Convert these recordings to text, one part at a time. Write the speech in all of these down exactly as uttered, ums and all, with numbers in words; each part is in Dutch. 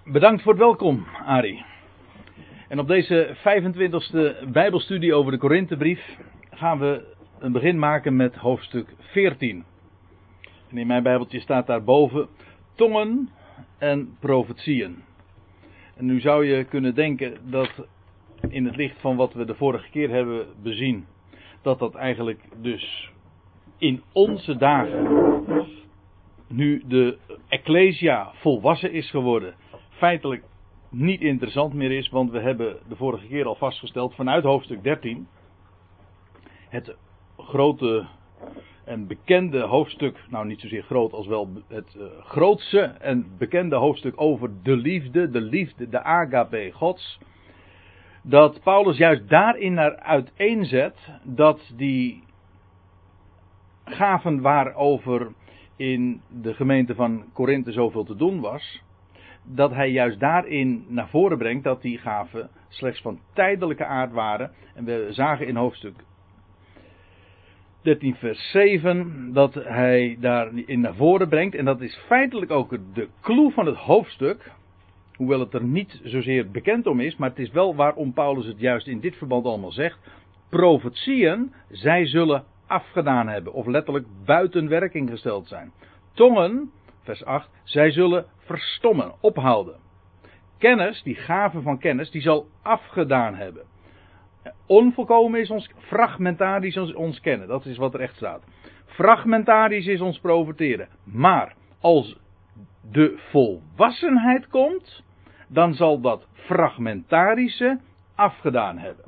Bedankt voor het welkom, Arie. En op deze vijfentwintigste Bijbelstudie over de Korinthebrief gaan we een begin maken met hoofdstuk veertien. En in mijn Bijbeltje staat daarboven tongen en profetieën. En nu zou je kunnen denken dat in het licht van wat we de vorige keer hebben bezien, dat dat eigenlijk dus in onze dagen, nu de Ecclesia volwassen is geworden, feitelijk niet interessant meer is, want we hebben de vorige keer al vastgesteld vanuit hoofdstuk dertien, het grote en bekende hoofdstuk, nou niet zozeer groot als wel het uh, grootste en bekende hoofdstuk over de liefde, de liefde, de agape Gods, dat Paulus juist daarin naar uiteenzet dat die gaven waarover in de gemeente van Korinthe zoveel te doen was, dat hij juist daarin naar voren brengt dat die gaven slechts van tijdelijke aard waren. En we zagen in hoofdstuk dertien vers zeven dat hij daarin naar voren brengt. En dat is feitelijk ook de clue van het hoofdstuk. Hoewel het er niet zozeer bekend om is, maar het is wel waarom Paulus het juist in dit verband allemaal zegt. Profetieën, zij zullen afgedaan hebben, of letterlijk buiten werking gesteld zijn. Tongen, vers acht, zij zullen verstommen, ophouden. Kennis, die gave van kennis, die zal afgedaan hebben. Onvolkomen is ons, fragmentarisch is ons kennen, dat is wat er echt staat. Fragmentarisch is ons profeteren. Maar als de volwassenheid komt, dan zal dat fragmentarische afgedaan hebben.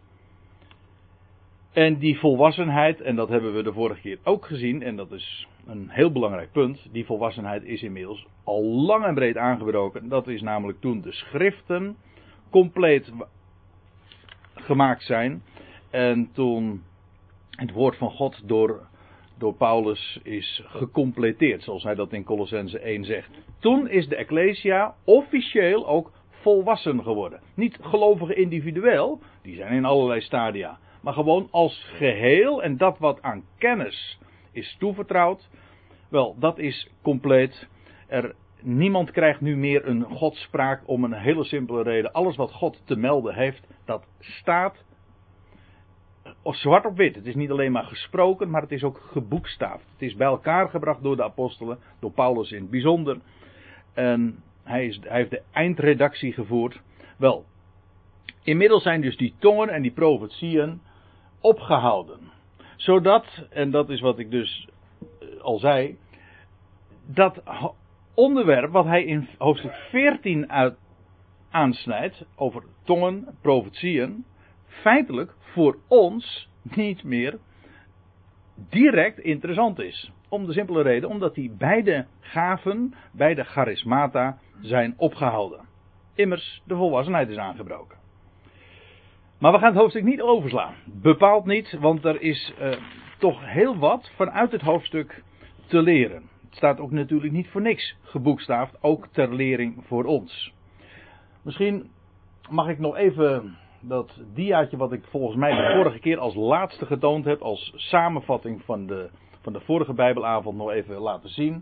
En die volwassenheid, en dat hebben we de vorige keer ook gezien, en dat is een heel belangrijk punt, die volwassenheid is inmiddels al lang en breed aangebroken. Dat is namelijk toen de schriften compleet gemaakt zijn en toen het woord van God door, door Paulus is gecompleteerd, zoals hij dat in Kolossenzen één zegt. Toen is de Ecclesia officieel ook volwassen geworden. Niet gelovigen individueel, die zijn in allerlei stadia, maar gewoon als geheel, en dat wat aan kennis is toevertrouwd, wel, dat is compleet. Er, niemand krijgt nu meer een godspraak om een hele simpele reden. Alles wat God te melden heeft, dat staat zwart op wit. Het is niet alleen maar gesproken, maar het is ook geboekstaafd. Het is bij elkaar gebracht door de apostelen, door Paulus in het bijzonder. En hij, is, hij heeft de eindredactie gevoerd. Wel, inmiddels zijn dus die tongen en die profetieën opgehouden. Zodat, en dat is wat ik dus al zei, dat onderwerp wat hij in hoofdstuk veertien uit aansnijdt, over tongen, profetieën, feitelijk voor ons niet meer direct interessant is. Om de simpele reden, omdat die beide gaven, beide charismata, zijn opgehouden. Immers, de volwassenheid is aangebroken. Maar we gaan het hoofdstuk niet overslaan. Bepaald niet, want er is uh, toch heel wat vanuit het hoofdstuk te leren. Het staat ook natuurlijk niet voor niks geboekstaafd, ook ter lering voor ons. Misschien mag ik nog even dat diaatje wat ik volgens mij de vorige keer als laatste getoond heb, als samenvatting van de, van de vorige Bijbelavond nog even laten zien.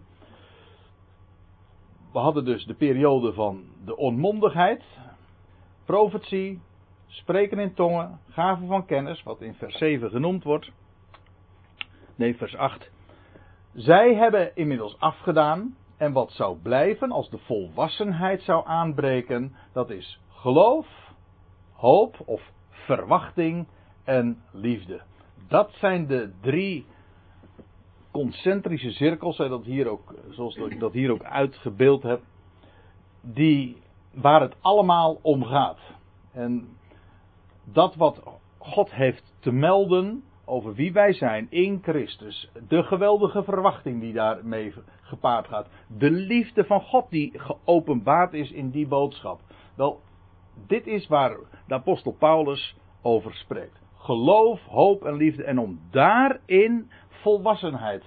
We hadden dus de periode van de onmondigheid, profetie, spreken in tongen, gaven van kennis, wat in vers zeven genoemd wordt. Nee, vers acht. Zij hebben inmiddels afgedaan, en wat zou blijven als de volwassenheid zou aanbreken, dat is geloof, hoop of verwachting en liefde. Dat zijn de drie concentrische cirkels, dat hier ook, zoals ik dat hier ook uitgebeeld heb, die, waar het allemaal om gaat. En dat wat God heeft te melden over wie wij zijn in Christus, de geweldige verwachting die daarmee gepaard gaat, de liefde van God die geopenbaard is in die boodschap. Wel, dit is waar de apostel Paulus over spreekt. Geloof, hoop en liefde, en om daarin volwassenheid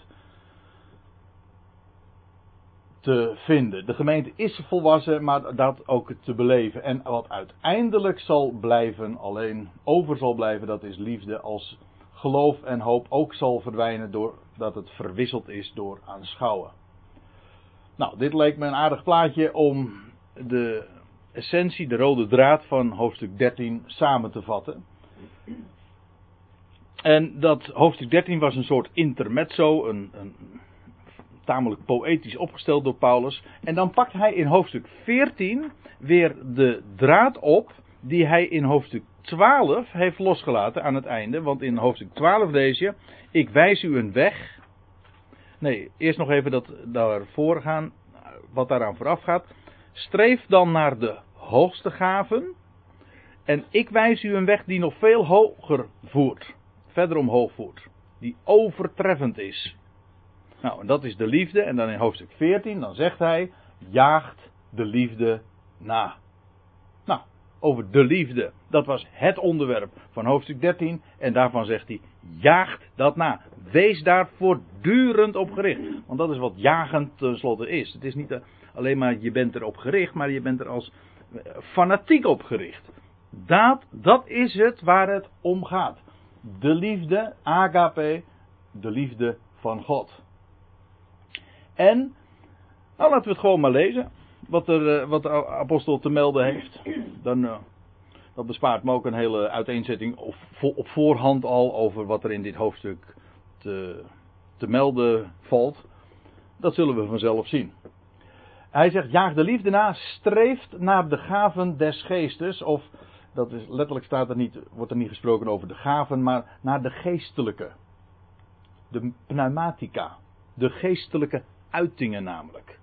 te vinden. De gemeente is volwassen, maar dat ook te beleven. En wat uiteindelijk zal blijven, alleen over zal blijven, dat is liefde, als geloof en hoop ook zal verdwijnen doordat het verwisseld is door aanschouwen. Nou, dit leek me een aardig plaatje om de essentie, de rode draad van hoofdstuk dertien samen te vatten. En dat hoofdstuk dertien was een soort intermezzo, een, een tamelijk poëtisch opgesteld door Paulus. En dan pakt hij in hoofdstuk veertien weer de draad op die hij in hoofdstuk twaalf heeft losgelaten aan het einde. Want in hoofdstuk twaalf lees je: ik wijs u een weg. Nee, eerst nog even dat daarvoor gaan, wat daaraan vooraf gaat. Streef dan naar de hoogste gaven. En ik wijs u een weg die nog veel hoger voert. Verder omhoog voert. Die overtreffend is. Nou, en dat is de liefde. En dan in hoofdstuk veertien, dan zegt hij: jaagt de liefde na. Nou, over de liefde. Dat was het onderwerp van hoofdstuk dertien. En daarvan zegt hij: jaagt dat na. Wees daar voortdurend op gericht. Want dat is wat jagen tenslotte is. Het is niet alleen maar je bent erop gericht, maar je bent er als fanatiek op gericht. Dat, dat is het waar het om gaat. De liefde, agape, de liefde van God. En, nou laten we het gewoon maar lezen. Wat, er, wat de apostel te melden heeft. Dan, uh, dat bespaart me ook een hele uiteenzetting op, op voorhand al over wat er in dit hoofdstuk te, te melden valt. Dat zullen we vanzelf zien. Hij zegt: jaag de liefde na, streeft naar de gaven des geestes. Of, dat is, letterlijk staat er niet, wordt er niet gesproken over de gaven, maar naar de geestelijke. De pneumatica. De geestelijke uitingen namelijk.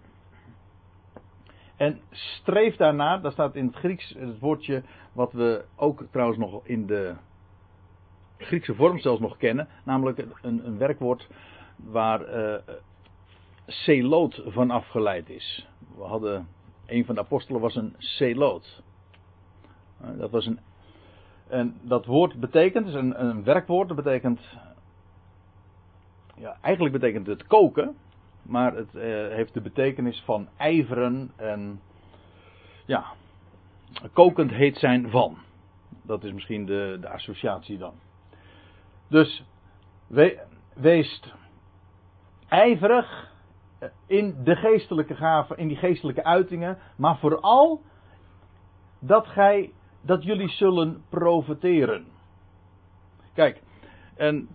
En streef daarna, daar staat in het Grieks het woordje wat we ook trouwens nog in de Griekse vorm zelfs nog kennen. Namelijk een, een werkwoord waar uh, zeloot van afgeleid is. We hadden, een van de apostelen was een zeloot. Uh, dat was een, en dat woord betekent, is een, een werkwoord, dat betekent, ja, eigenlijk betekent het koken. Maar het uh, heeft de betekenis van ijveren en ja, kokend heet zijn van. Dat is misschien de, de associatie dan. Dus we, wees ijverig in de geestelijke gaven, in die geestelijke uitingen, maar vooral dat gij, dat jullie zullen profiteren. Kijk, en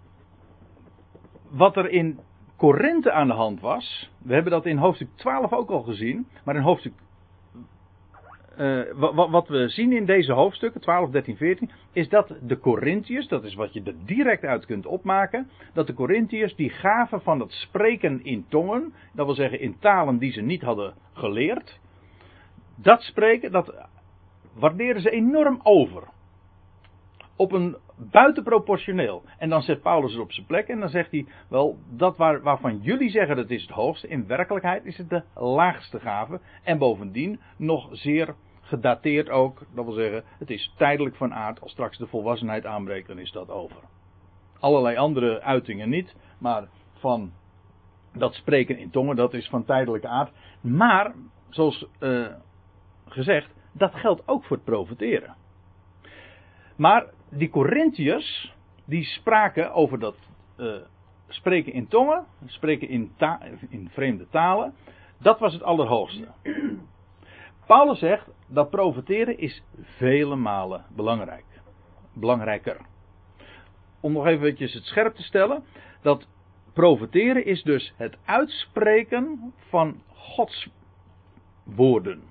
wat er in Korinthe aan de hand was, we hebben dat in hoofdstuk twaalf ook al gezien, maar in hoofdstuk, uh, wat, wat we zien in deze hoofdstukken, twaalf, dertien, veertien, is dat de Korinthiërs, dat is wat je er direct uit kunt opmaken, dat de Korinthiërs die gaven van het spreken in tongen, dat wil zeggen in talen die ze niet hadden geleerd, dat spreken, dat waarderen ze enorm over. Op een buitenproportioneel. En dan zet Paulus het op zijn plek en dan zegt hij: wel, dat waar, waarvan jullie zeggen dat is het hoogste, in werkelijkheid is het de laagste gave. En bovendien nog zeer gedateerd ook. Dat wil zeggen, het is tijdelijk van aard. Als straks de volwassenheid aanbreekt, dan is dat over. Allerlei andere uitingen niet. Maar van dat spreken in tongen, dat is van tijdelijke aard. Maar, zoals uh, gezegd, dat geldt ook voor het profiteren. Maar die Korinthiërs, die spraken over dat uh, spreken in tongen, spreken in, ta- in vreemde talen, dat was het allerhoogste. Paulus zegt dat profiteren is vele malen belangrijk. Belangrijker. Om nog even het scherp te stellen, dat profiteren is dus het uitspreken van Gods woorden.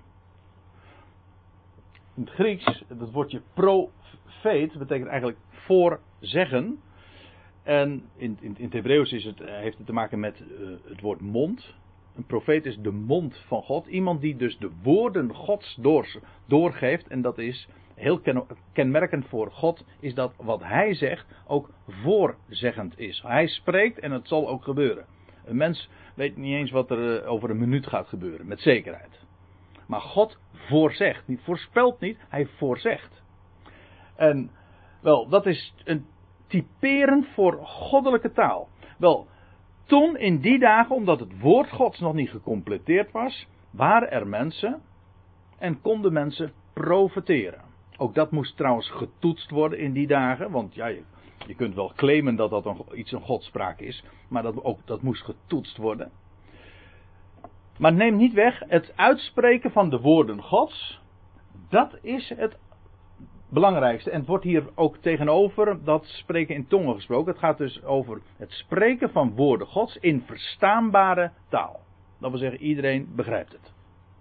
In het Grieks, dat woordje profeet betekent eigenlijk voorzeggen. En in, in, in het Hebreeuws is het, heeft het te maken met uh, het woord mond. Een profeet is de mond van God. Iemand die dus de woorden Gods door, doorgeeft. En dat is heel ken, kenmerkend voor God. Is dat wat hij zegt ook voorzeggend is. Hij spreekt en het zal ook gebeuren. Een mens weet niet eens wat er uh, over een minuut gaat gebeuren. Met zekerheid. Maar God voorzegt. Niet voorspelt niet. Hij voorzegt. En wel, dat is een typerend voor goddelijke taal. Wel, toen in die dagen, omdat het woord Gods nog niet gecompleteerd was, waren er mensen en konden mensen profeteren. Ook dat moest trouwens getoetst worden in die dagen, want ja, je, je kunt wel claimen dat dat een, iets een godspraak is, maar dat, ook, dat moest getoetst worden. Maar neem niet weg, het uitspreken van de woorden Gods, dat is het belangrijkste. En het wordt hier ook tegenover dat spreken in tongen gesproken. Het gaat dus over het spreken van woorden Gods in verstaanbare taal. Dat wil zeggen, iedereen begrijpt het.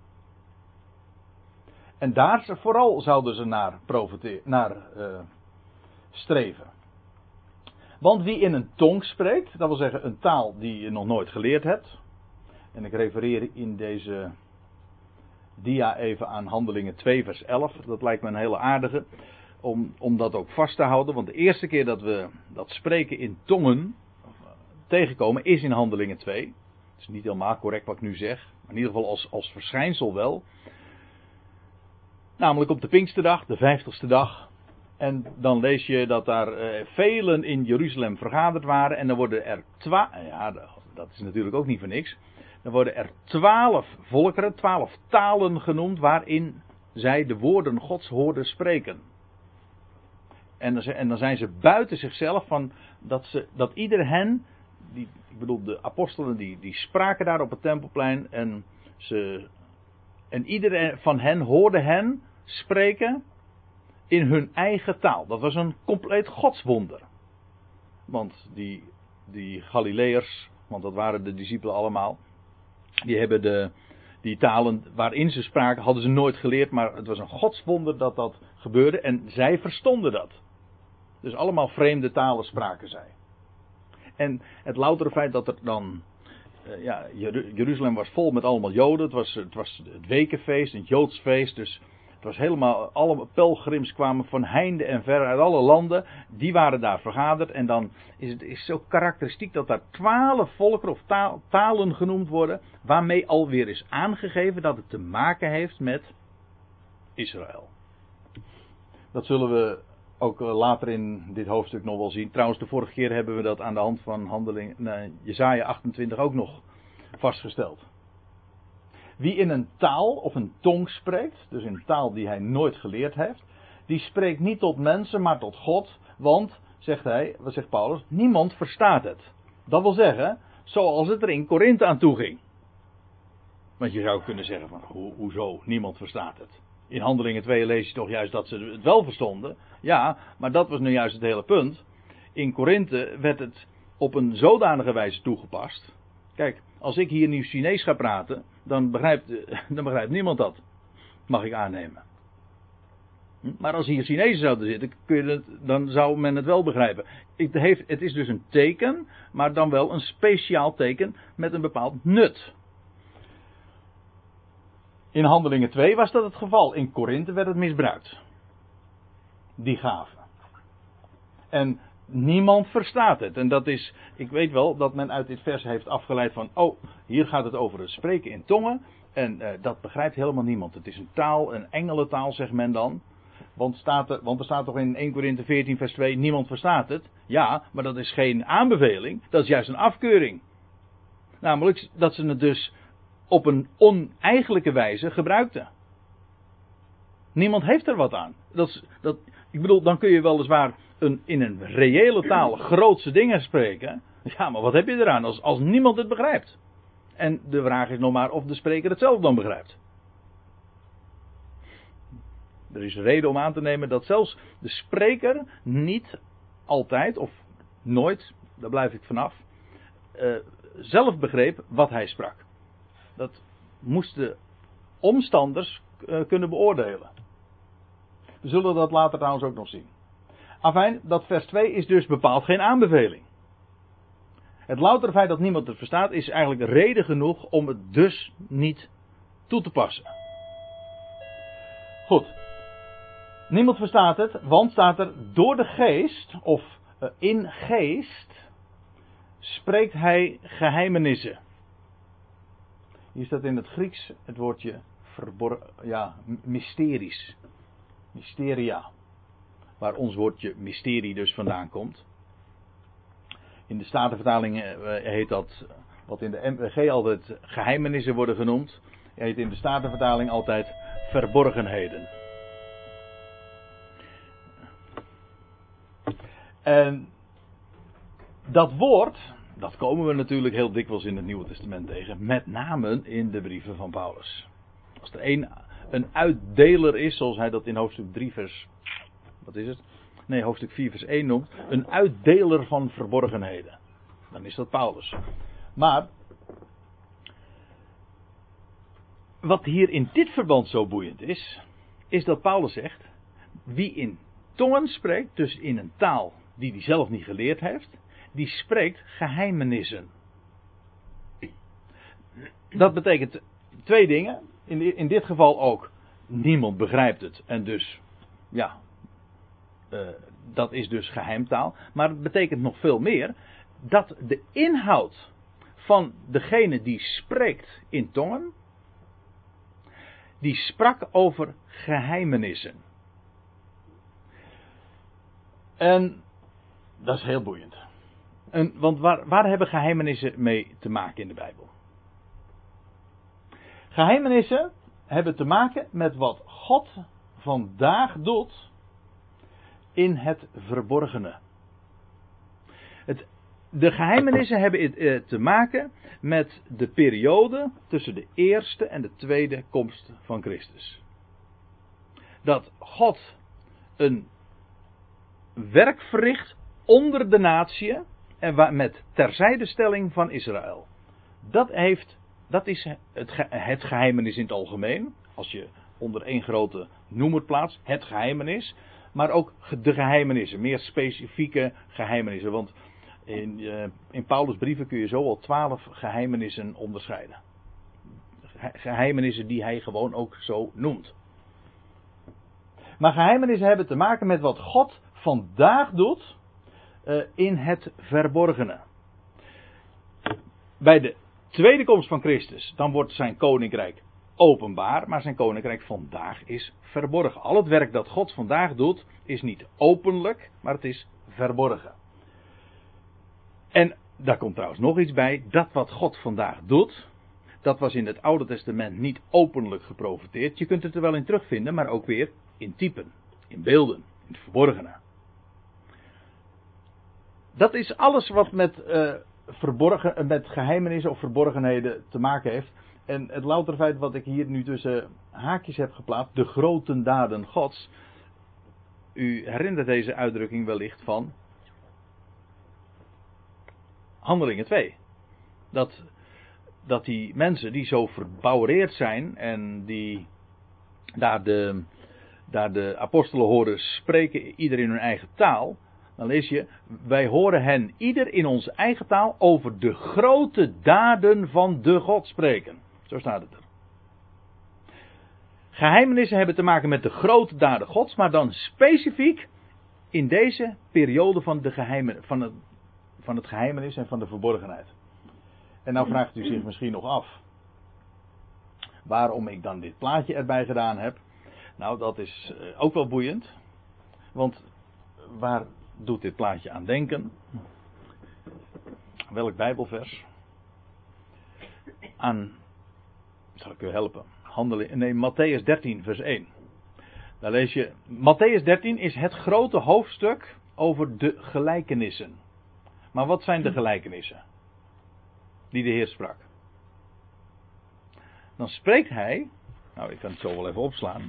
En daar vooral zouden ze naar, naar uh, streven. Want wie in een tong spreekt, dat wil zeggen een taal die je nog nooit geleerd hebt. En ik refereer in deze dia even aan Handelingen twee vers elf. Dat lijkt me een hele aardige. Om, om dat ook vast te houden. Want de eerste keer dat we dat spreken in tongen tegenkomen is in Handelingen twee. Het is niet helemaal correct wat ik nu zeg. Maar in ieder geval als, als verschijnsel wel. Namelijk op de Pinksterdag, de vijftigste dag. En dan lees je dat daar uh, velen in Jeruzalem vergaderd waren. En dan worden er twaalf. Ja, dat is natuurlijk ook niet voor niks. Dan worden er twaalf volkeren, twaalf talen genoemd. Waarin zij de woorden Gods hoorden spreken. En dan, en dan zijn ze buiten zichzelf van dat, ze, dat ieder hen. Die, ik bedoel, de apostelen die, die spraken daar op het Tempelplein. En, ze, en ieder van hen hoorde hen spreken in hun eigen taal. Dat was een compleet godswonder. Want die, die Galileërs, want dat waren de discipelen allemaal, die hebben de, die talen waarin ze spraken, hadden ze nooit geleerd, maar het was een godswonder dat dat gebeurde en zij verstonden dat. Dus allemaal vreemde talen spraken zij. En het loutere feit dat er dan, uh, ja, Jeruzalem was vol met allemaal Joden, het was, het was het wekenfeest, het Joods feest, dus het was helemaal, alle pelgrims kwamen van heinde en ver uit alle landen. Die waren daar vergaderd. En dan is het is zo karakteristiek dat daar twaalf volkeren of taal, talen genoemd worden. Waarmee alweer is aangegeven dat het te maken heeft met Israël. Dat zullen we ook later in dit hoofdstuk nog wel zien. Trouwens, de vorige keer hebben we dat aan de hand van handeling, nee, Jesaja achtentwintig ook nog vastgesteld. Wie in een taal of een tong spreekt, dus in een taal die hij nooit geleerd heeft, die spreekt niet tot mensen, maar tot God, want, zegt hij, wat zegt Paulus, niemand verstaat het. Dat wil zeggen, zoals het er in Korinthe aan toe ging. Want je zou kunnen zeggen van, ho, hoezo, niemand verstaat het. In Handelingen twee lees je toch juist dat ze het wel verstonden. Ja, maar dat was nu juist het hele punt. In Korinthe werd het op een zodanige wijze toegepast. Kijk, als ik hier nu Chinees ga praten, dan begrijpt, dan begrijpt niemand dat. Mag ik aannemen. Maar als hier Chinezen zouden zitten, kun je het, dan zou men het wel begrijpen. Het, heeft, het is dus een teken, maar dan wel een speciaal teken met een bepaald nut. In Handelingen twee was dat het geval. In Korinthe werd het misbruikt. Die gave. En niemand verstaat het. En dat is, ik weet wel dat men uit dit vers heeft afgeleid van, oh, hier gaat het over het spreken in tongen. En uh, dat begrijpt helemaal niemand. Het is een taal, een engelentaal zegt men dan. Want, staat er, want er staat toch in Eerste Korinthe veertien vers twee, niemand verstaat het. Ja, maar dat is geen aanbeveling, dat is juist een afkeuring. Namelijk dat ze het dus op een oneigenlijke wijze gebruikten. Niemand heeft er wat aan. Dat is, dat, ik bedoel, dan kun je weliswaar een, in een reële taal grootse dingen spreken. Ja, maar wat heb je eraan als, als niemand het begrijpt? En de vraag is nog maar of de spreker het zelf dan begrijpt. Er is reden om aan te nemen dat zelfs de spreker niet altijd, of nooit, daar blijf ik vanaf, uh, zelf begreep wat hij sprak. Dat moesten omstanders uh, kunnen beoordelen. We zullen dat later trouwens ook nog zien. Afijn, dat vers twee is dus bepaald geen aanbeveling. Het loutere feit dat niemand het verstaat is eigenlijk reden genoeg om het dus niet toe te passen. Goed. Niemand verstaat het, want staat er door de geest, of uh, in geest, spreekt hij geheimenissen. Hier staat in het Grieks het woordje verbor- ja, mysteries. Mysteria. Waar ons woordje mysterie dus vandaan komt. In de Statenvertaling heet dat, wat in de M P G altijd geheimenissen worden genoemd, heet in de Statenvertaling altijd verborgenheden. En dat woord, dat komen we natuurlijk heel dikwijls in het Nieuwe Testament tegen. Met name in de brieven van Paulus. Als er een, een uitdeler is, zoals hij dat in hoofdstuk drie vers... Wat is het? Nee, hoofdstuk vier vers één noemt. Een uitdeler van verborgenheden. Dan is dat Paulus. Maar... Wat hier in dit verband zo boeiend is... Is dat Paulus zegt... Wie in tongen spreekt, dus in een taal die hij zelf niet geleerd heeft... Die spreekt geheimenissen. Dat betekent twee dingen. In, in dit geval ook, niemand begrijpt het. En dus, ja, uh, dat is dus geheimtaal. Maar het betekent nog veel meer. Dat de inhoud van degene die spreekt in tongen, die sprak over geheimenissen. En dat is heel boeiend. En, want waar, waar hebben geheimenissen mee te maken in de Bijbel? Geheimenissen hebben te maken met wat God vandaag doet in het verborgene. Het, de geheimenissen hebben uh, te maken met de periode tussen de eerste en de tweede komst van Christus. Dat God een werk verricht onder de natie en met terzijdestelling van Israël. Dat heeft, dat is het, ge, het geheimenis in het algemeen. Als je onder één grote noemer plaatst, het geheimenis. Maar ook de geheimenissen, meer specifieke geheimenissen. Want in, uh, in Paulus' brieven kun je zo al twaalf geheimenissen onderscheiden. Ge, geheimenissen die hij gewoon ook zo noemt. Maar geheimenissen hebben te maken met wat God vandaag doet uh, in het verborgene. Bij de tweede komst van Christus, dan wordt zijn koninkrijk openbaar, maar zijn koninkrijk vandaag is verborgen. Al het werk dat God vandaag doet, is niet openlijk, maar het is verborgen. En daar komt trouwens nog iets bij, dat wat God vandaag doet, dat was in het Oude Testament niet openlijk geprofeteerd. Je kunt het er wel in terugvinden, maar ook weer in typen, in beelden, in het verborgene. Dat is alles wat met, uh, verborgen, met geheimenissen of verborgenheden te maken heeft. En het louter feit wat ik hier nu tussen haakjes heb geplaatst, de grote daden Gods. U herinnert deze uitdrukking wellicht van Handelingen twee. Dat, dat die mensen die zo verbouwereerd zijn en die daar de, daar de apostelen horen spreken, ieder in hun eigen taal. Dan lees je, wij horen hen ieder in onze eigen taal over de grote daden van de God spreken. Zo staat het er. Geheimenissen hebben te maken met de grote daden Gods, maar dan specifiek in deze periode van, de geheimen, van, het, van het geheimenis en van de verborgenheid. En nou vraagt u zich misschien nog af waarom ik dan dit plaatje erbij gedaan heb. Nou, dat is ook wel boeiend. Want waar doet dit plaatje aan denken? Welk Bijbelvers? Aan, zal ik u helpen? Handelen, nee, Mattheüs dertien vers één. Daar lees je, Mattheüs dertien is het grote hoofdstuk over de gelijkenissen. Maar wat zijn de gelijkenissen die de Heer sprak? Dan spreekt hij, nou ik kan het zo wel even opslaan.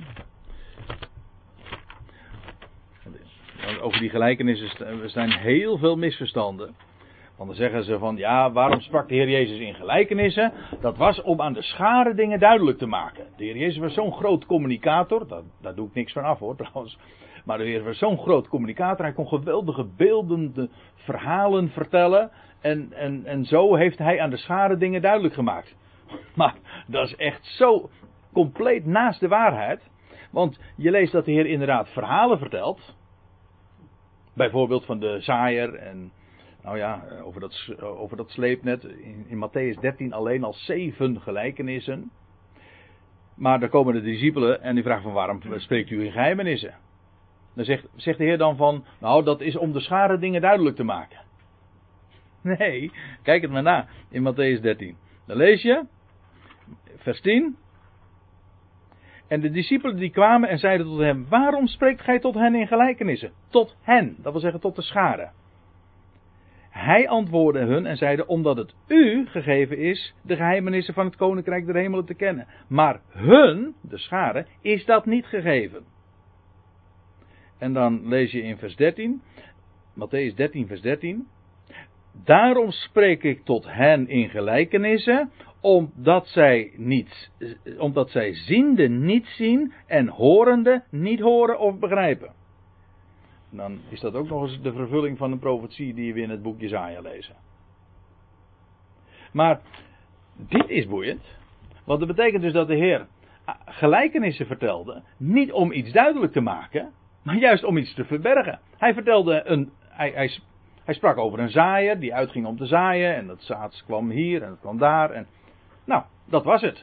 Over die gelijkenissen zijn heel veel misverstanden. Want dan zeggen ze van, ja, waarom sprak de Heer Jezus in gelijkenissen? Dat was om aan de schare dingen duidelijk te maken. De Heer Jezus was zo'n groot communicator, daar, daar doe ik niks van af hoor trouwens. Maar de Heer was zo'n groot communicator, hij kon geweldige beeldende verhalen vertellen. En, en, en zo heeft hij aan de schare dingen duidelijk gemaakt. Maar dat is echt zo compleet naast de waarheid. Want je leest dat de Heer inderdaad verhalen vertelt. Bijvoorbeeld van de zaaier en nou ja, over dat, over dat sleepnet. In, in Mattheüs dertien alleen al zeven gelijkenissen. Maar dan komen de discipelen en die vragen van waarom spreekt u in geheimenissen? Dan zegt, zegt de Heer dan van, nou dat is om de schare dingen duidelijk te maken. Nee, kijk het maar na in Mattheüs dertien. Dan lees je, vers tien. En de discipelen die kwamen en zeiden tot hem, waarom spreekt gij tot hen in gelijkenissen? Tot hen, dat wil zeggen tot de schare. Hij antwoordde hun en zeide, omdat het u gegeven is de geheimenissen van het koninkrijk der hemelen te kennen. Maar hun, de schare, is dat niet gegeven. En dan lees je in vers dertien, Mattheüs dertien vers dertien. Daarom spreek ik tot hen in gelijkenissen, omdat zij, niet, omdat zij ziende niet zien en horende niet horen of begrijpen. Dan is dat ook nog eens de vervulling van een profetie die we in het boek Jesaja lezen. Maar dit is boeiend. Want dat betekent dus dat de Heer gelijkenissen vertelde. Niet om iets duidelijk te maken. Maar juist om iets te verbergen. Hij vertelde een... Hij, hij, hij sprak over een zaaier die uitging om te zaaien. En dat zaad kwam hier en het kwam daar. En, nou, dat was het.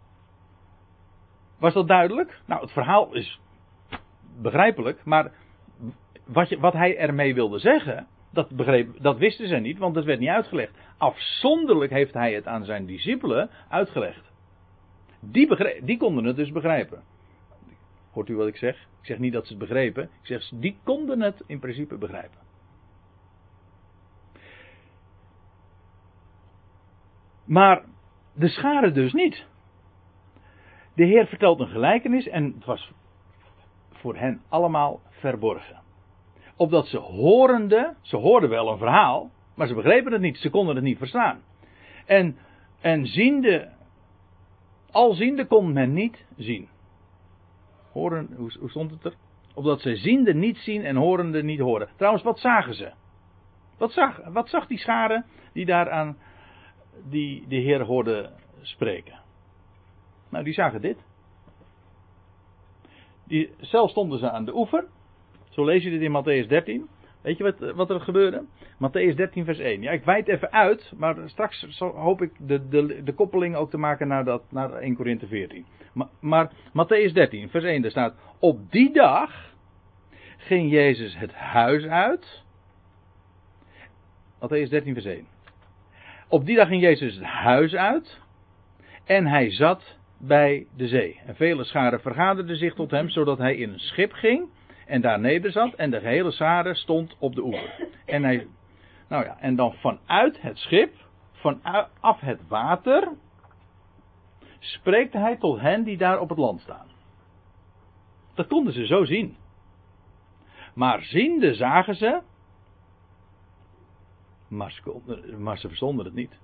Was dat duidelijk? Nou, het verhaal is begrijpelijk. Maar... Wat, je, wat hij ermee wilde zeggen, dat, begreep, dat wisten ze niet, want dat werd niet uitgelegd. Afzonderlijk heeft hij het aan zijn discipelen uitgelegd. Die, begreep, die konden het dus begrijpen. Hoort u wat ik zeg? Ik zeg niet dat ze het begrepen. Ik zeg, die konden het in principe begrijpen. Maar de schare dus niet. De Heer vertelt een gelijkenis en het was voor hen allemaal verborgen. Opdat ze horende, ze hoorden wel een verhaal, maar ze begrepen het niet, ze konden het niet verstaan. En, en ziende, alziende kon men niet zien. Horen, hoe, hoe stond het er? Opdat ze ziende niet zien en horende niet horen. Trouwens, wat zagen ze? Wat zag, wat zag die schare die daaraan, die de Heer hoorde spreken? Nou, die zagen dit. Die, zelf stonden ze aan de oever. Zo lees je dit in Mattheüs dertien. Weet je wat, wat er gebeurde? Mattheüs dertien vers één. Ja, ik wijd even uit, maar straks hoop ik de, de, de koppeling ook te maken naar, dat, naar eerste Korinthe veertien. Maar, maar Mattheüs dertien vers één, daar staat: op die dag ging Jezus het huis uit. Mattheüs dertien vers één. Op die dag ging Jezus het huis uit en hij zat bij de zee. En vele scharen vergaderden zich tot hem, zodat hij in een schip ging en daar neder zat en de gehele schare stond op de oever. En hij, nou ja, en dan vanuit het schip, vanaf het water, spreekt hij tot hen die daar op het land staan. Dat konden ze zo zien. Maar ziende zagen ze, maar ze, konden, maar ze verstonden het niet.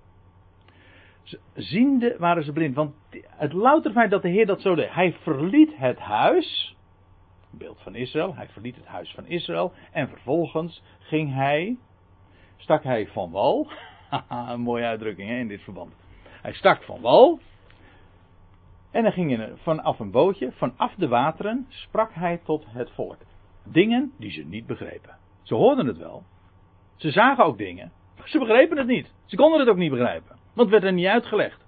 Ziende waren ze blind, want het louter feit dat de Heer dat zo deed. Hij verliet het huis, beeld van Israël, hij verliet het huis van Israël en vervolgens ging hij, stak hij van wal, haha, een mooie uitdrukking hè, in dit verband. Hij stak van wal en hij ging in, vanaf een bootje, vanaf de wateren, sprak hij tot het volk. Dingen die ze niet begrepen. Ze hoorden het wel, ze zagen ook dingen, maar ze begrepen het niet. Ze konden het ook niet begrijpen. Want het werd er niet uitgelegd.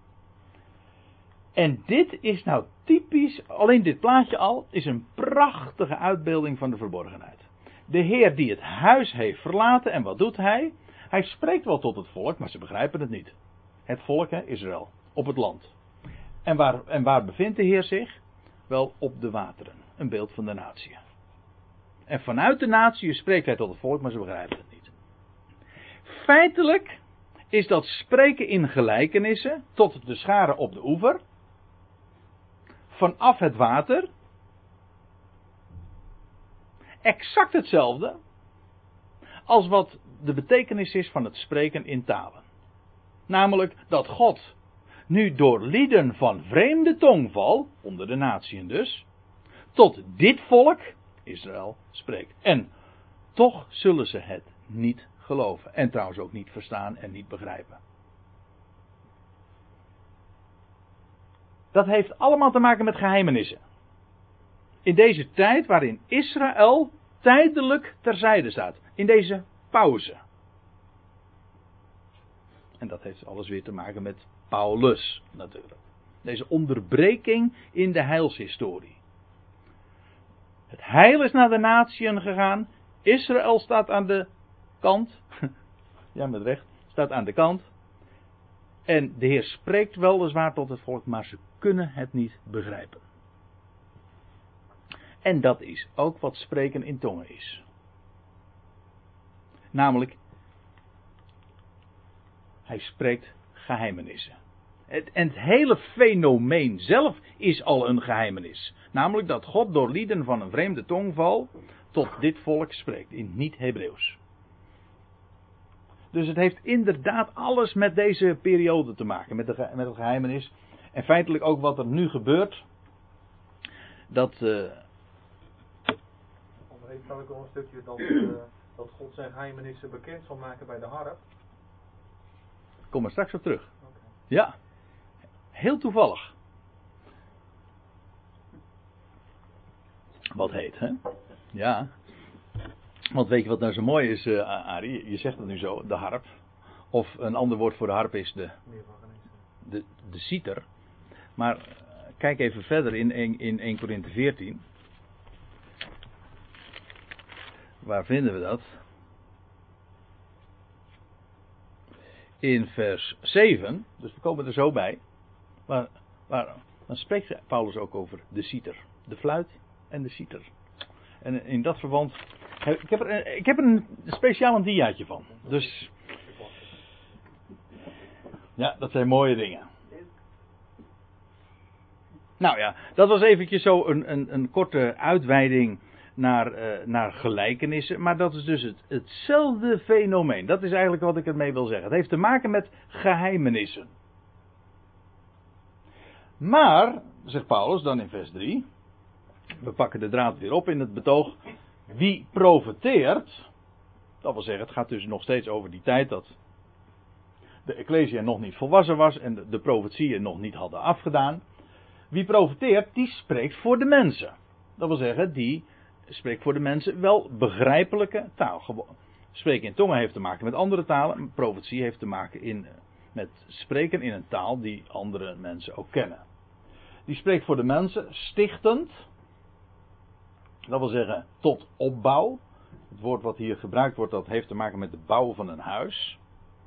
En dit is nou typisch, alleen dit plaatje al, is een prachtige uitbeelding van de verborgenheid. De Heer die het huis heeft verlaten, en wat doet hij? Hij spreekt wel tot het volk, maar ze begrijpen het niet. Het volk, hè, Israël, op het land. En waar, en waar bevindt de Heer zich? Wel op de wateren, een beeld van de natie. En vanuit de natie spreekt hij tot het volk, maar ze begrijpen het niet. Feitelijk is dat spreken in gelijkenissen tot de schare op de oever, vanaf het water, exact hetzelfde als wat de betekenis is van het spreken in talen. Namelijk dat God nu door lieden van vreemde tongval, onder de natieën dus, tot dit volk, Israël, spreekt. En toch zullen ze het niet geloven. En trouwens ook niet verstaan en niet begrijpen. Dat heeft allemaal te maken met geheimenissen. In deze tijd waarin Israël tijdelijk terzijde staat. In deze pauze. En dat heeft alles weer te maken met Paulus natuurlijk. Deze onderbreking in de heilshistorie. Het heil is naar de natieën gegaan. Israël staat aan de kant. Ja, met recht. Staat aan de kant. En de Heer spreekt weliswaar tot het volk, maar ze kunnen het niet begrijpen. En dat is ook wat spreken in tongen is. Namelijk, hij spreekt geheimenissen. Het, en het hele fenomeen zelf is al een geheimenis. Namelijk dat God door lieden van een vreemde tongval tot dit volk spreekt in niet-Hebreeuws. Dus het heeft inderdaad alles met deze periode te maken, met, de, met het geheimenis. En feitelijk ook wat er nu gebeurt. Dat... Uh... Of heeft dan ook al een stukje dat, uh, dat God zijn geheimenissen bekend zal maken bij de harp? Kom er straks op terug. Okay. Ja. Heel toevallig. Wat heet, hè? Ja. Want weet je wat nou zo mooi is, uh, Arie? Je zegt het nu zo, de harp. Of een ander woord voor de harp is de... De, de citer. Maar uh, kijk even verder in, in één Korinthe veertien. Waar vinden we dat? In vers zeven. Dus we komen er zo bij. Waar, waar, dan spreekt Paulus ook over de citer. De fluit en de citer. En in dat verband... Ik heb er, ik heb er een speciaal een diaatje van. Dus... Ja, dat zijn mooie dingen. Nou ja, dat was eventjes zo een, een, een korte uitweiding naar, uh, naar gelijkenissen. Maar dat is dus het, hetzelfde fenomeen. Dat is eigenlijk wat ik ermee wil zeggen. Het heeft te maken met geheimenissen. Maar, zegt Paulus dan in vers drie. We pakken de draad weer op in het betoog. Wie profeteert. Dat wil zeggen, het gaat dus nog steeds over die tijd dat de Ecclesia nog niet volwassen was en de, de profetieën nog niet hadden afgedaan. Wie profeteert, die spreekt voor de mensen. Dat wil zeggen, die spreekt voor de mensen wel begrijpelijke taal. Spreken in tongen heeft te maken met andere talen. Profetie heeft te maken in, met spreken in een taal die andere mensen ook kennen. Die spreekt voor de mensen stichtend. Dat wil zeggen tot opbouw. Het woord wat hier gebruikt wordt, dat heeft te maken met de bouw van een huis.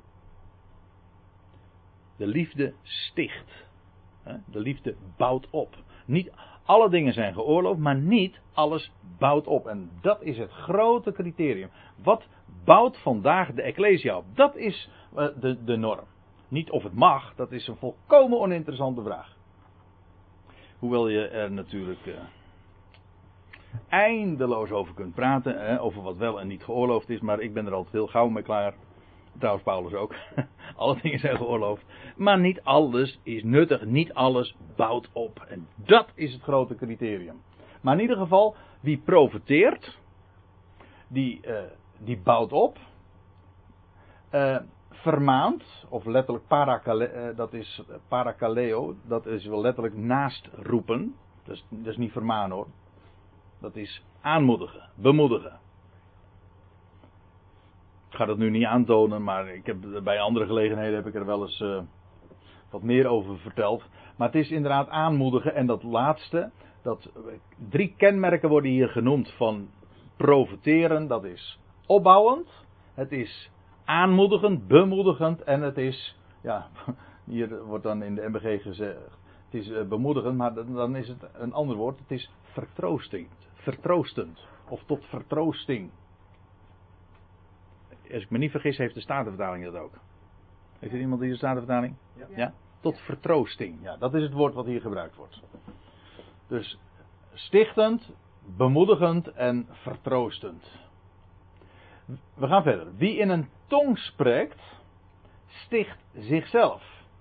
De liefde sticht. De liefde bouwt op. Niet alle dingen zijn geoorloofd, maar niet alles bouwt op. En dat is het grote criterium. Wat bouwt vandaag de Ecclesia op? Dat is de, de norm. Niet of het mag, dat is een volkomen oninteressante vraag. Hoewel je er natuurlijk uh, eindeloos over kunt praten, hè, over wat wel en niet geoorloofd is, maar ik ben er altijd heel gauw mee klaar. Trouwens Paulus ook. Alle dingen zijn geoorloofd. Maar niet alles is nuttig. Niet alles bouwt op. En dat is het grote criterium. Maar in ieder geval, wie profeteert, die, uh, die bouwt op. Uh, vermaant, of letterlijk parakale, uh, dat is parakaleo, dat is wel letterlijk naast roepen. Dat is, dat is niet vermaan hoor. Dat is aanmoedigen, bemoedigen. Ik ga dat nu niet aantonen, maar ik heb, bij andere gelegenheden heb ik er wel eens uh, wat meer over verteld. Maar het is inderdaad aanmoedigen en dat laatste, dat drie kenmerken worden hier genoemd van profeteren. Dat is opbouwend, het is aanmoedigend, bemoedigend en het is, ja, hier wordt dan in de M B G gezegd, het is uh, bemoedigend, maar dan is het een ander woord, het is vertroostend, vertroostend of tot vertroosting. Als ik me niet vergis, heeft de Statenvertaling dat ook. Heeft er iemand die de Statenvertaling? Ja. ja. Tot vertroosting. Ja, dat is het woord wat hier gebruikt wordt. Dus stichtend, bemoedigend en vertroostend. We gaan verder. Wie in een tong spreekt, sticht zichzelf.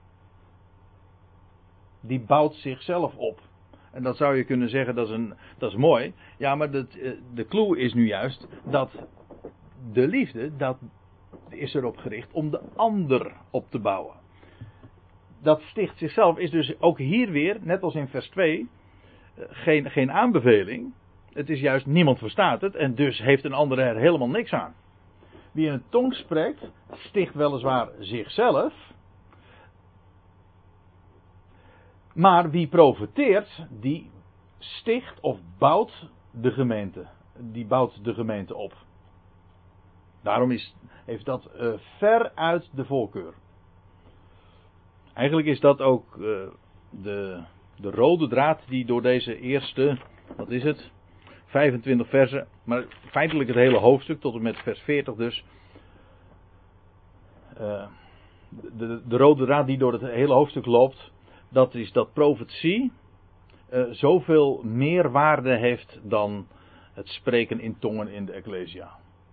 Die bouwt zichzelf op. En dat zou je kunnen zeggen, dat is, een, dat is mooi. Ja, maar de, de clue is nu juist dat de liefde, dat is erop gericht om de ander op te bouwen. Dat sticht zichzelf is dus ook hier weer, net als in vers twee, geen, geen aanbeveling. Het is juist, niemand verstaat het en dus heeft een ander er helemaal niks aan. Wie in een tong spreekt, sticht weliswaar zichzelf. Maar wie profeteert, die sticht of bouwt de gemeente. Die bouwt de gemeente op. Daarom is, heeft dat uh, ver uit de voorkeur. Eigenlijk is dat ook uh, de, de rode draad die door deze eerste, wat is het, vijfentwintig versen, maar feitelijk het hele hoofdstuk tot en met vers veertig dus, uh, de, de rode draad die door het hele hoofdstuk loopt, dat is dat profetie uh, zoveel meer waarde heeft dan het spreken in tongen in de Ecclesia.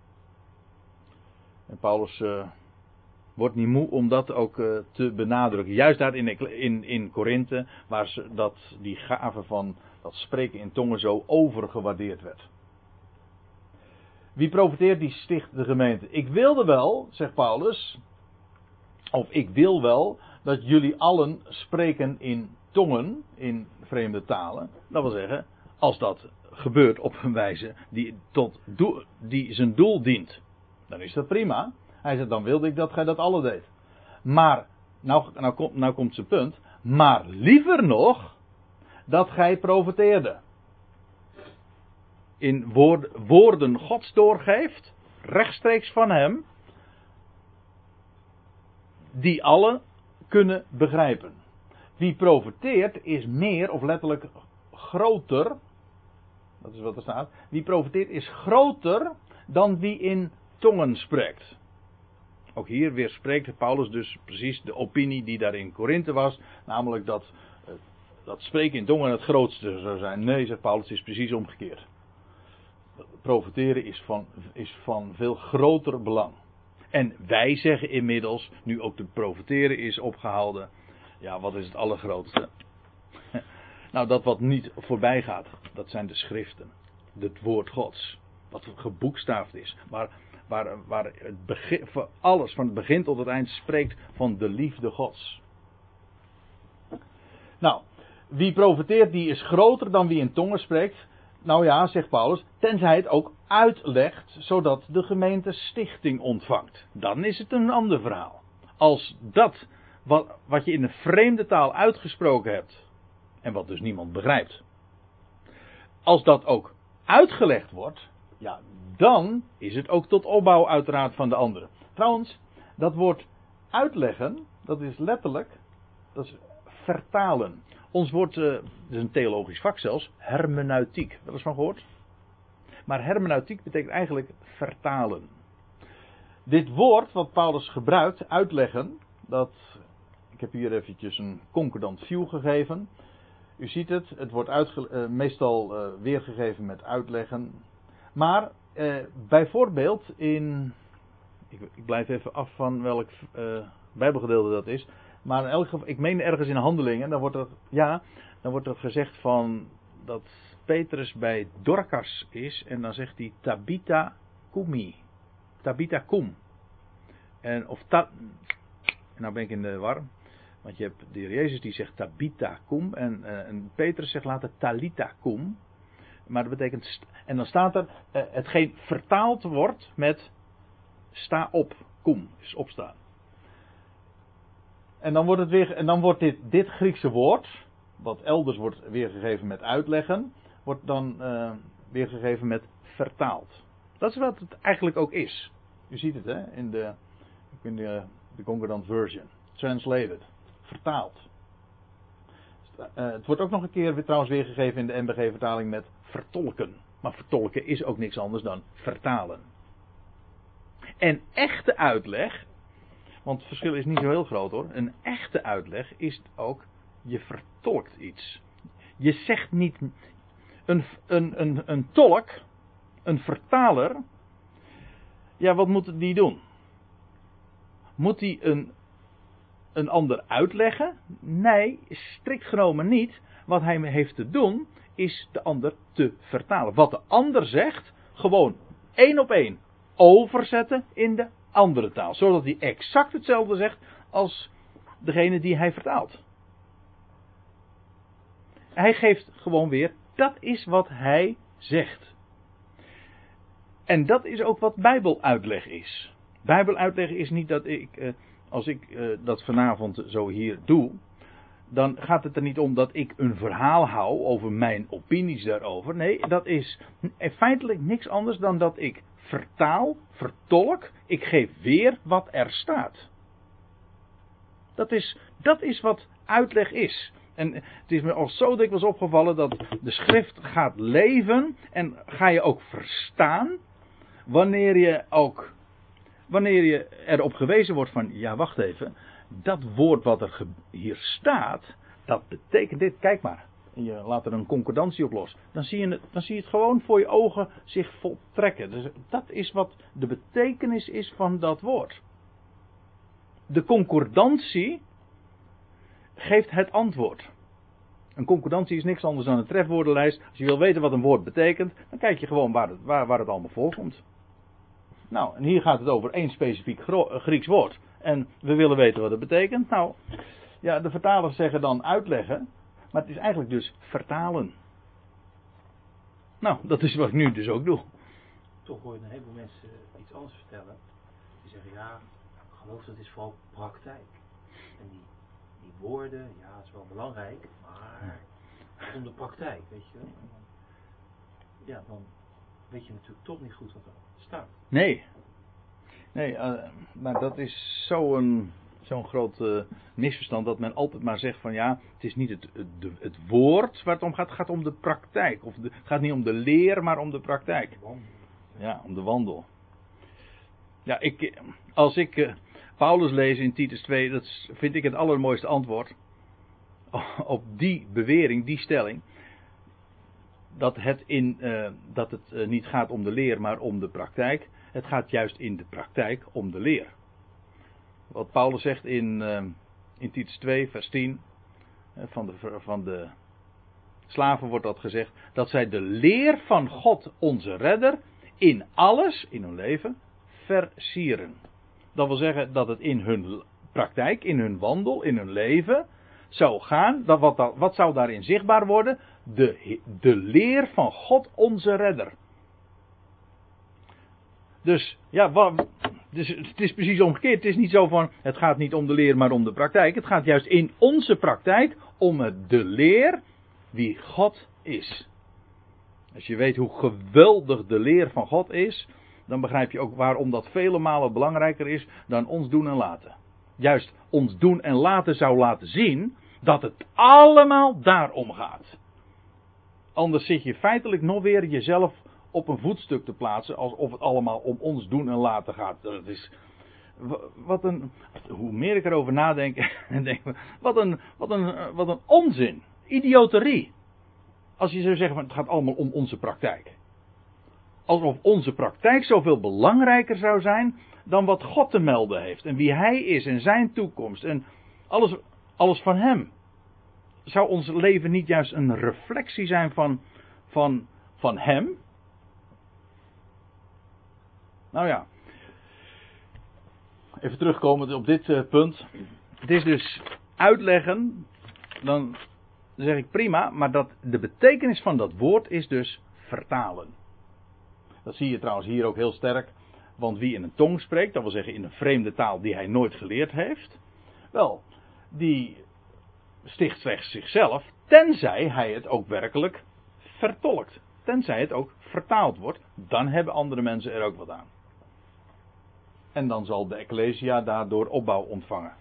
En Paulus uh, wordt niet moe om dat ook uh, te benadrukken. Juist daar in, in, in Korinthe, waar ze, dat, die gave van dat spreken in tongen zo overgewaardeerd werd. Wie profeteert, die sticht de gemeente. Ik wilde wel, zegt Paulus, of ik wil wel, dat jullie allen spreken in tongen, in vreemde talen. Dat wil zeggen, als dat gebeurt op een wijze die, tot doel, die zijn doel dient, dan is dat prima. Hij zegt, dan wilde ik dat gij dat alle deed. Maar, nou, nou, komt, nou komt zijn punt, maar liever nog, dat gij profeteerde. In woord, woorden Gods doorgeeft, rechtstreeks van hem, die allen kunnen begrijpen. Wie profeteert is meer of letterlijk groter, dat is wat er staat, wie profeteert is groter dan wie in tongen spreekt. Ook hier weer spreekt Paulus dus precies de opinie die daar in Korinthe was, namelijk dat, dat spreken in tongen het grootste zou zijn. Nee, zegt Paulus, het is precies omgekeerd. Profeteren is van, is van veel groter belang. En wij zeggen inmiddels, nu ook de profeteren is opgehouden, ja, wat is het allergrootste? Nou, dat wat niet voorbij gaat, dat zijn de schriften. Het woord Gods. Wat geboekstaafd is. Waar, waar, waar het begin, voor alles van het begin tot het eind spreekt van de liefde Gods. Nou, wie profeteert, die is groter dan wie in tongen spreekt. Nou ja, zegt Paulus, tenzij het ook uitlegt, zodat de gemeente stichting ontvangt. Dan is het een ander verhaal. Als dat, wat, wat je in een vreemde taal uitgesproken hebt, en wat dus niemand begrijpt, als dat ook uitgelegd wordt, ja, dan is het ook tot opbouw uiteraard van de anderen. Trouwens, dat woord uitleggen, dat is letterlijk, dat is vertalen. Ons woord, uh, dat is een theologisch vak zelfs, hermeneutiek. Wel eens van gehoord? Maar hermeneutiek betekent eigenlijk vertalen. Dit woord wat Paulus gebruikt, uitleggen, dat, ik heb hier eventjes een concordant view gegeven. U ziet het, het wordt uitge, uh, meestal uh, weergegeven met uitleggen. Maar uh, bijvoorbeeld in, ik, ik blijf even af van welk uh, bijbelgedeelte dat is. Maar in elk geval, ik meen ergens in Handelingen, dan wordt er, ja, dan wordt er gezegd van dat Petrus bij Dorcas is en dan zegt hij Tabitha Kumi. Tabitha Kum. En of ta, nou ben ik in de war, want je hebt de Heer Jezus die zegt Tabitha Kum en, uh, en Petrus zegt later Talitha Kum. Maar dat betekent, en dan staat er, uh, hetgeen vertaald wordt met sta op, kum, is opstaan. En dan wordt, het weer, en dan wordt dit, dit Griekse woord, wat elders wordt weergegeven met uitleggen, wordt dan uh, weergegeven met vertaald. Dat is wat het eigenlijk ook is. U ziet het hè, in de, in de, de Concordant Version. Translated. Vertaald. Uh, het wordt ook nog een keer weer, trouwens weergegeven in de N B G-vertaling met vertolken. Maar vertolken is ook niks anders dan vertalen. En echte uitleg, want het verschil is niet zo heel groot hoor. Een echte uitleg is ook, je vertolkt iets. Je zegt niet, een, een, een, een tolk, een vertaler, ja wat moet die doen? Moet hij een, een ander uitleggen? Nee, strikt genomen niet. Wat hij heeft te doen, is de ander te vertalen. Wat de ander zegt, gewoon één op één overzetten in de andere taal. Zodat hij exact hetzelfde zegt als degene die hij vertaalt. Hij geeft gewoon weer, dat is wat hij zegt. En dat is ook wat Bijbeluitleg is. Bijbeluitleg is niet dat ik, als ik dat vanavond zo hier doe, dan gaat het er niet om dat ik een verhaal hou over mijn opinies daarover. Nee, dat is feitelijk niks anders dan dat ik vertaal, vertolk, ik geef weer wat er staat. Dat is, dat is wat uitleg is. En het is me al zo dikwijls opgevallen dat de schrift gaat leven en ga je ook verstaan wanneer je ook, wanneer je erop gewezen wordt van, ja wacht even, dat woord wat er ge- hier staat, dat betekent dit, kijk maar. En je laat er een concordantie op los. Dan zie je het, dan zie je het gewoon voor je ogen zich voltrekken. Dus dat is wat de betekenis is van dat woord. De concordantie geeft het antwoord. Een concordantie is niks anders dan een trefwoordenlijst. Als je wil weten wat een woord betekent, dan kijk je gewoon waar het, waar, waar het allemaal voorkomt. Nou, en hier gaat het over één specifiek Gro- Grieks woord. En we willen weten wat het betekent. Nou, ja, de vertalers zeggen dan uitleggen. Maar het is eigenlijk dus vertalen. Nou, dat is wat ik nu dus ook doe. Toch hoor je een heleboel mensen iets anders vertellen. Die zeggen, ja, geloof dat is vooral praktijk. En die, die woorden, ja, het is wel belangrijk, maar om de praktijk, weet je wel. En dan, ja, dan weet je natuurlijk toch niet goed wat er staat. Nee. Nee, uh, maar dat is zo'n zo'n groot uh, misverstand dat men altijd maar zegt van ja, het is niet het, het, het woord waar het om gaat, het gaat om de praktijk. Of de, het gaat niet om de leer, maar om de praktijk. Ja, om de wandel. Ja, ik, als ik uh, Paulus lees in Titus twee, dat vind ik het allermooiste antwoord op die bewering, die stelling. Dat het, in, uh, dat het uh, niet gaat om de leer, maar om de praktijk. Het gaat juist in de praktijk om de leer. Wat Paulus zegt in, uh, in Titus twee, vers tien. Uh, van, de, van de slaven wordt dat gezegd. Dat zij de leer van God, onze redder, in alles, in hun leven, versieren. Dat wil zeggen dat het in hun praktijk, in hun wandel, in hun leven zou gaan. Dat wat, dat, wat zou daarin zichtbaar worden? De, de leer van God, onze redder. Dus, ja, wat, dus het is precies omgekeerd. Het is niet zo van, het gaat niet om de leer, maar om de praktijk. Het gaat juist in onze praktijk om de leer wie God is. Als je weet hoe geweldig de leer van God is, dan begrijp je ook waarom dat vele malen belangrijker is dan ons doen en laten. Juist ons doen en laten zou laten zien dat het allemaal daarom gaat. Anders zit je feitelijk nog weer jezelf op een voetstuk te plaatsen alsof het allemaal om ons doen en laten gaat. Dat is, wat een, hoe meer ik erover nadenk, denk ik, wat een, wat een, wat een onzin, idioterie. Als je zou zeggen, het gaat allemaal om onze praktijk. Alsof onze praktijk zoveel belangrijker zou zijn dan wat God te melden heeft. En wie Hij is en zijn toekomst en alles, alles van Hem. Zou ons leven niet juist een reflectie zijn van, van, van Hem? Nou ja. Even terugkomen op dit uh, punt. Het is dus uitleggen. Dan zeg ik prima. Maar dat de betekenis van dat woord is dus vertalen. Dat zie je trouwens hier ook heel sterk. Want wie in een tong spreekt. Dat wil zeggen in een vreemde taal die hij nooit geleerd heeft. Wel. Die sticht slechts zichzelf. Tenzij hij het ook werkelijk vertolkt. Tenzij het ook vertaald wordt. Dan hebben andere mensen er ook wat aan. En dan zal de Ecclesia daardoor opbouw ontvangen.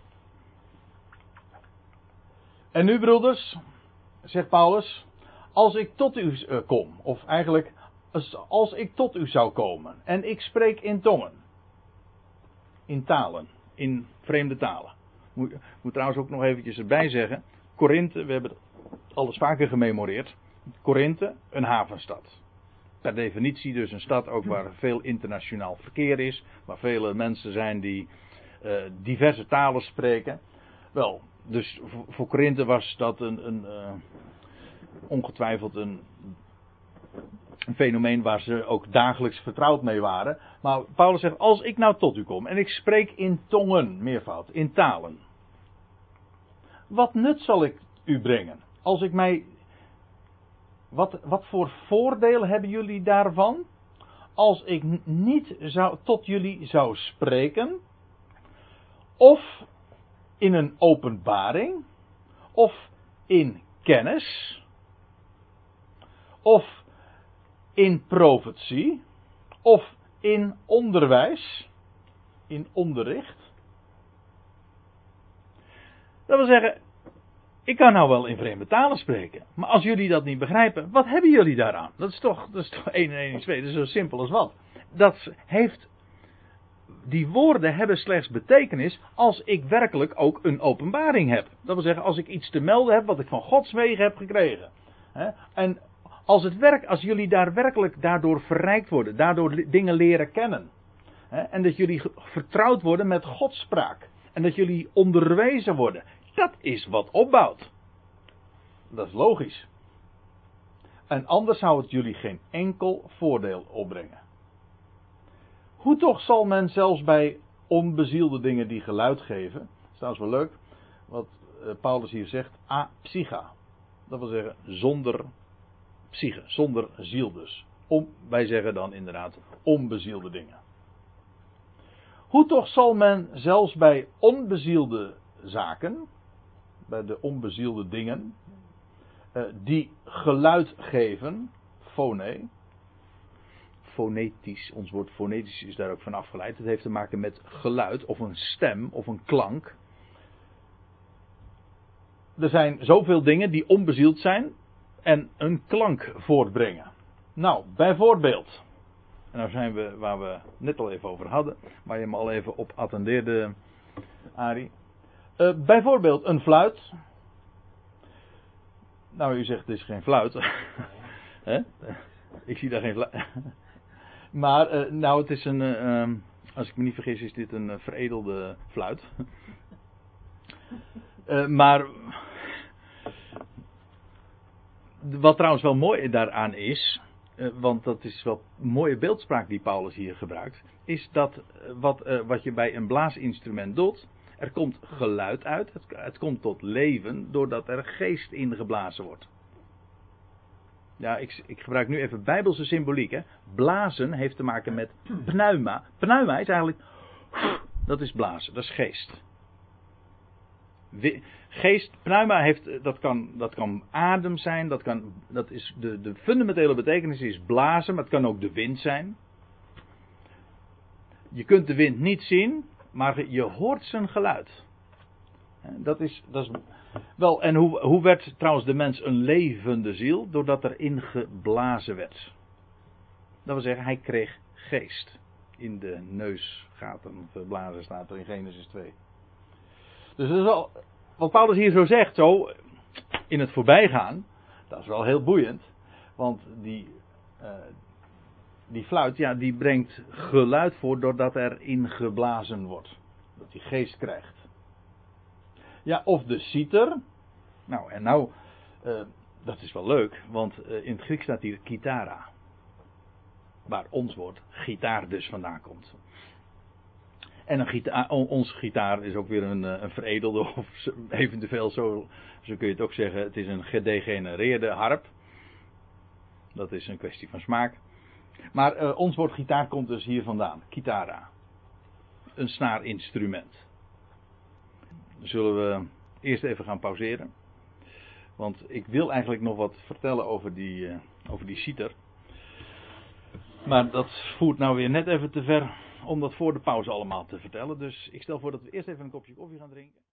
En nu, broeders, zegt Paulus, als ik tot u uh, kom, of eigenlijk als, als ik tot u zou komen en ik spreek in tongen, in talen, in vreemde talen. Moet, moet trouwens ook nog eventjes erbij zeggen, Korinthe, we hebben alles vaker gememoreerd, Korinthe, een havenstad. Per definitie dus een stad ook waar veel internationaal verkeer is. Waar vele mensen zijn die uh, diverse talen spreken. Wel, dus voor, voor Korinthe was dat een, een uh, ongetwijfeld een, een fenomeen waar ze ook dagelijks vertrouwd mee waren. Maar Paulus zegt, als ik nou tot u kom en ik spreek in tongen, meervoud, in talen. Wat nut zal ik u brengen? Als ik mij... Wat, wat voor voordeel hebben jullie daarvan? Als ik niet zou, tot jullie zou spreken. Of in een openbaring. Of in kennis. Of in profetie. Of in onderwijs. In onderricht. Dat wil zeggen... Ik kan nou wel in vreemde talen spreken. Maar als jullie dat niet begrijpen, wat hebben jullie daaraan? Dat is toch, dat is toch één en één is twee. Dat is zo simpel als wat. Dat heeft die woorden hebben slechts betekenis als ik werkelijk ook een openbaring heb. Dat wil zeggen, als ik iets te melden heb wat ik van Gods wegen heb gekregen. Hè? En als, het werk, als jullie daar werkelijk daardoor verrijkt worden, daardoor dingen leren kennen. Hè? En dat jullie vertrouwd worden met Gods spraak. En dat jullie onderwezen worden. Dat is wat opbouwt. Dat is logisch. En anders zou het jullie geen enkel voordeel opbrengen. Hoe toch zal men zelfs bij onbezielde dingen die geluid geven. Dat is trouwens wel leuk. Wat Paulus hier zegt. A psycha. Dat wil zeggen zonder psyche. Zonder ziel dus. Om, wij zeggen dan inderdaad onbezielde dingen. Hoe toch zal men zelfs bij onbezielde zaken. Bij de onbezielde dingen. Uh, die geluid geven. Phone. Fonetisch. Ons woord fonetisch is daar ook van afgeleid. Het heeft te maken met geluid of een stem of een klank. Er zijn zoveel dingen die onbezield zijn en een klank voortbrengen. Nou, bijvoorbeeld. En nou zijn we waar we net al even over hadden. Waar je me al even op attendeerde, Arie. Uh, bijvoorbeeld een fluit. Nou, u zegt het is geen fluit. Hè? Ik zie daar geen fluit. Maar, uh, nou, het is een, uh, als ik me niet vergis, is dit een uh, veredelde fluit. uh, maar, wat trouwens wel mooi daaraan is, uh, want dat is wel een mooie beeldspraak die Paulus hier gebruikt, is dat uh, wat, uh, wat je bij een blaasinstrument doet, er komt geluid uit, het, het komt tot leven, doordat er geest ingeblazen wordt. Ja, ik, ik gebruik nu even bijbelse symboliek. Hè. Blazen heeft te maken met pneuma. Pneuma is eigenlijk, dat is blazen, dat is geest. Geest, pneuma heeft, dat kan, dat kan adem zijn, dat kan, dat is de, de fundamentele betekenis is blazen, maar het kan ook de wind zijn. Je kunt de wind niet zien, maar je hoort zijn geluid. Dat is, dat is wel, en hoe, hoe werd trouwens de mens een levende ziel? Doordat er ingeblazen werd. Dat wil zeggen, hij kreeg geest. In de neusgaten verblazen staat er in Genesis twee. Dus dat is wel, wat Paulus hier zo zegt, zo in het voorbijgaan, dat is wel heel boeiend. Want die, uh, die fluit, ja, die brengt geluid voor doordat er ingeblazen wordt. Dat hij geest krijgt. Ja, of de citer. Nou, en nou, uh, dat is wel leuk, want uh, in het Grieks staat hier kitara. Waar ons woord gitaar dus vandaan komt. En een gitaar, onze gitaar is ook weer een, een veredelde, of eventueel zo, zo kun je het ook zeggen, het is een gedegenereerde harp. Dat is een kwestie van smaak. Maar uh, ons woord gitaar komt dus hier vandaan, kitara. Een snaarinstrument. Dan zullen we eerst even gaan pauzeren. Want ik wil eigenlijk nog wat vertellen over die, uh, over die citer. Maar dat voert nou weer net even te ver om dat voor de pauze allemaal te vertellen. Dus ik stel voor dat we eerst even een kopje koffie gaan drinken.